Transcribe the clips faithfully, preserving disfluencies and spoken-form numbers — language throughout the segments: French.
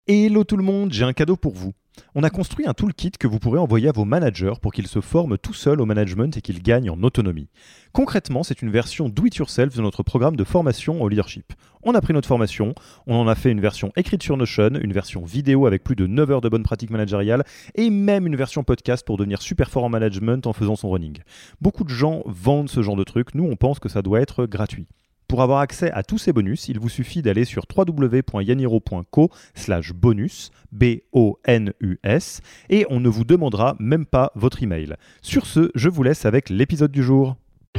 Hello tout le monde, j'ai un cadeau pour vous. On a construit un toolkit que vous pourrez envoyer à vos managers pour qu'ils se forment tout seuls au management et qu'ils gagnent en autonomie. Concrètement, c'est une version do-it-yourself de notre programme de formation au leadership. On a pris notre formation, on en a fait une version écrite sur Notion, une version vidéo avec plus de neuf heures de bonnes pratiques managériales et même une version podcast pour devenir super fort en management en faisant son running. Beaucoup de gens vendent ce genre de truc, nous on pense que ça doit être gratuit. Pour avoir accès à tous ces bonus, il vous suffit d'aller sur w w w point yaniro point co slash bonus, B O N U S, et on ne vous demandera même pas votre email. Sur ce, je vous laisse avec l'épisode du jour.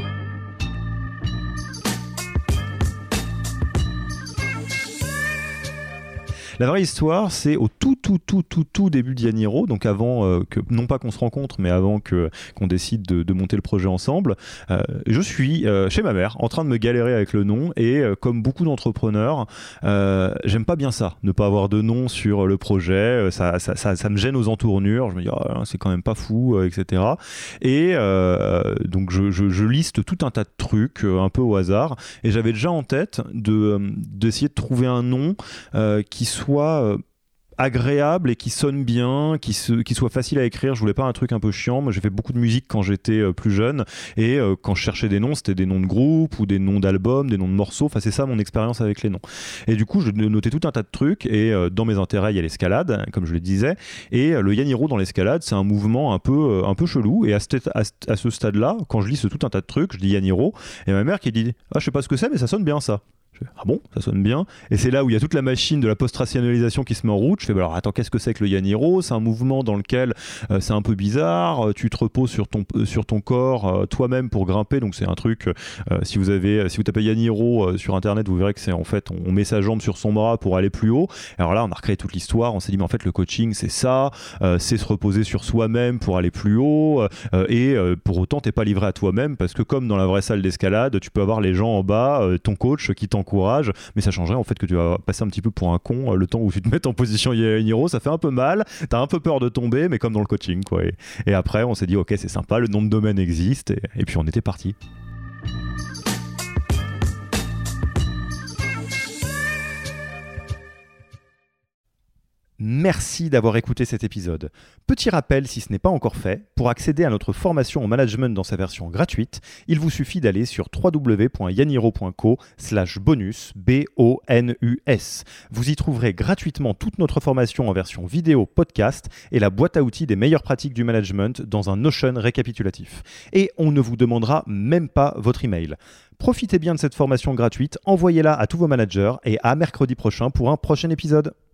La vraie histoire, c'est au tout, tout, tout, tout, tout début d'Yaniro, donc avant euh, que, non pas qu'on se rencontre, mais avant que, qu'on décide de, de monter le projet ensemble. Euh, je suis euh, chez ma mère, en train de me galérer avec le nom, et euh, comme beaucoup d'entrepreneurs, euh, j'aime pas bien ça, ne pas avoir de nom sur le projet, ça, ça, ça, ça me gêne aux entournures, je me dis oh, c'est quand même pas fou, euh, et cetera. Et euh, donc je, je, je liste tout un tas de trucs, euh, un peu au hasard, et j'avais déjà en tête de, d'essayer de trouver un nom euh, qui soit soit euh, agréable et qui sonne bien, qui, se, qui soit facile à écrire. Je voulais pas un truc un peu chiant. Moi, j'ai fait beaucoup de musique quand j'étais euh, plus jeune et euh, quand je cherchais des noms, c'était des noms de groupes ou des noms d'albums, des noms de morceaux. Enfin, c'est ça mon expérience avec les noms. Et du coup, je notais tout un tas de trucs et euh, dans mes intérêts, il y a l'escalade, comme je le disais. Et euh, le Yaniro dans l'escalade, c'est un mouvement un peu, euh, un peu chelou. Et à, cet, à, à ce stade-là, quand je lis ce tout un tas de trucs, je dis Yaniro et ma mère qui dit « Ah, je sais pas ce que c'est, mais ça sonne bien ça ». Je fais, ah bon, ça sonne bien. Et c'est là où il y a toute la machine de la post-rationalisation qui se met en route. Je fais, bah alors attends, qu'est-ce que c'est que le Yaniro ? C'est un mouvement dans lequel euh, c'est un peu bizarre. Tu te reposes sur ton, euh, sur ton corps euh, toi-même pour grimper. Donc c'est un truc, euh, si vous avez, si vous tapez Yaniro euh, sur internet, vous verrez que c'est en fait, on, on met sa jambe sur son bras pour aller plus haut. Alors là, on a recréé toute l'histoire. On s'est dit, mais en fait, le coaching, c'est ça. Euh, c'est se reposer sur soi-même pour aller plus haut. Euh, et euh, pour autant, t'es pas livré à toi-même parce que comme dans la vraie salle d'escalade, tu peux avoir les gens en bas, euh, ton coach qui t'encourage. Courage, mais ça changerait en fait que tu vas passer un petit peu pour un con le temps où tu te mets en position Yaniro, ça fait un peu mal, t'as un peu peur de tomber, mais comme dans le coaching quoi. Et, et après on s'est dit ok c'est sympa, le nom de domaine existe et, et puis on était parti. Merci d'avoir écouté cet épisode. Petit rappel, si ce n'est pas encore fait, pour accéder à notre formation au management dans sa version gratuite, il vous suffit d'aller sur w w w point yaniro point co slash bonus, B O N U S. Vous y trouverez gratuitement toute notre formation en version vidéo podcast et la boîte à outils des meilleures pratiques du management dans un Notion récapitulatif. Et on ne vous demandera même pas votre email. Profitez bien de cette formation gratuite, envoyez-la à tous vos managers et à mercredi prochain pour un prochain épisode.